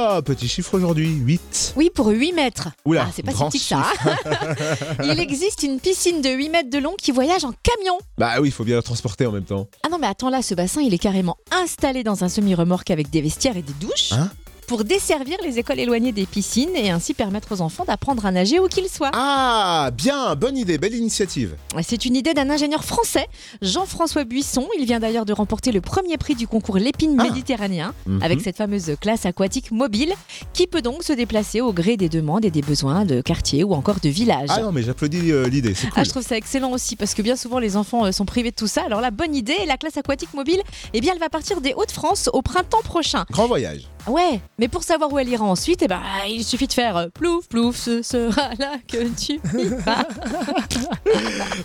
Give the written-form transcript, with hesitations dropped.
Oula, petit chiffre aujourd'hui, 8. Oui, pour 8 mètres. Oula, C'est pas si grand petit que ça. Il existe une piscine de 8 mètres de long qui voyage en camion. Bah oui, il faut bien la transporter en même temps. Ah non, mais attends là, ce bassin, il est carrément installé dans un semi-remorque avec des vestiaires et des douches. Hein ? Pour desservir les écoles éloignées des piscines et ainsi permettre aux enfants d'apprendre à nager où qu'ils soient. Ah, bien, bonne idée, belle initiative. C'est une idée d'un ingénieur français, Jean-François Buisson. Il vient d'ailleurs de remporter le premier prix du concours Lépine méditerranéen avec cette fameuse classe aquatique mobile qui peut donc se déplacer au gré des demandes et des besoins de quartier ou encore de village. Ah non, mais j'applaudis l'idée, c'est cool. Je trouve ça excellent aussi parce que bien souvent les enfants sont privés de tout ça. Alors la bonne idée, la classe aquatique mobile, eh bien elle va partir des Hauts-de-France au printemps prochain. Grand voyage. Ouais, mais pour savoir où elle ira ensuite, il suffit de faire plouf plouf, ce sera là que tu iras.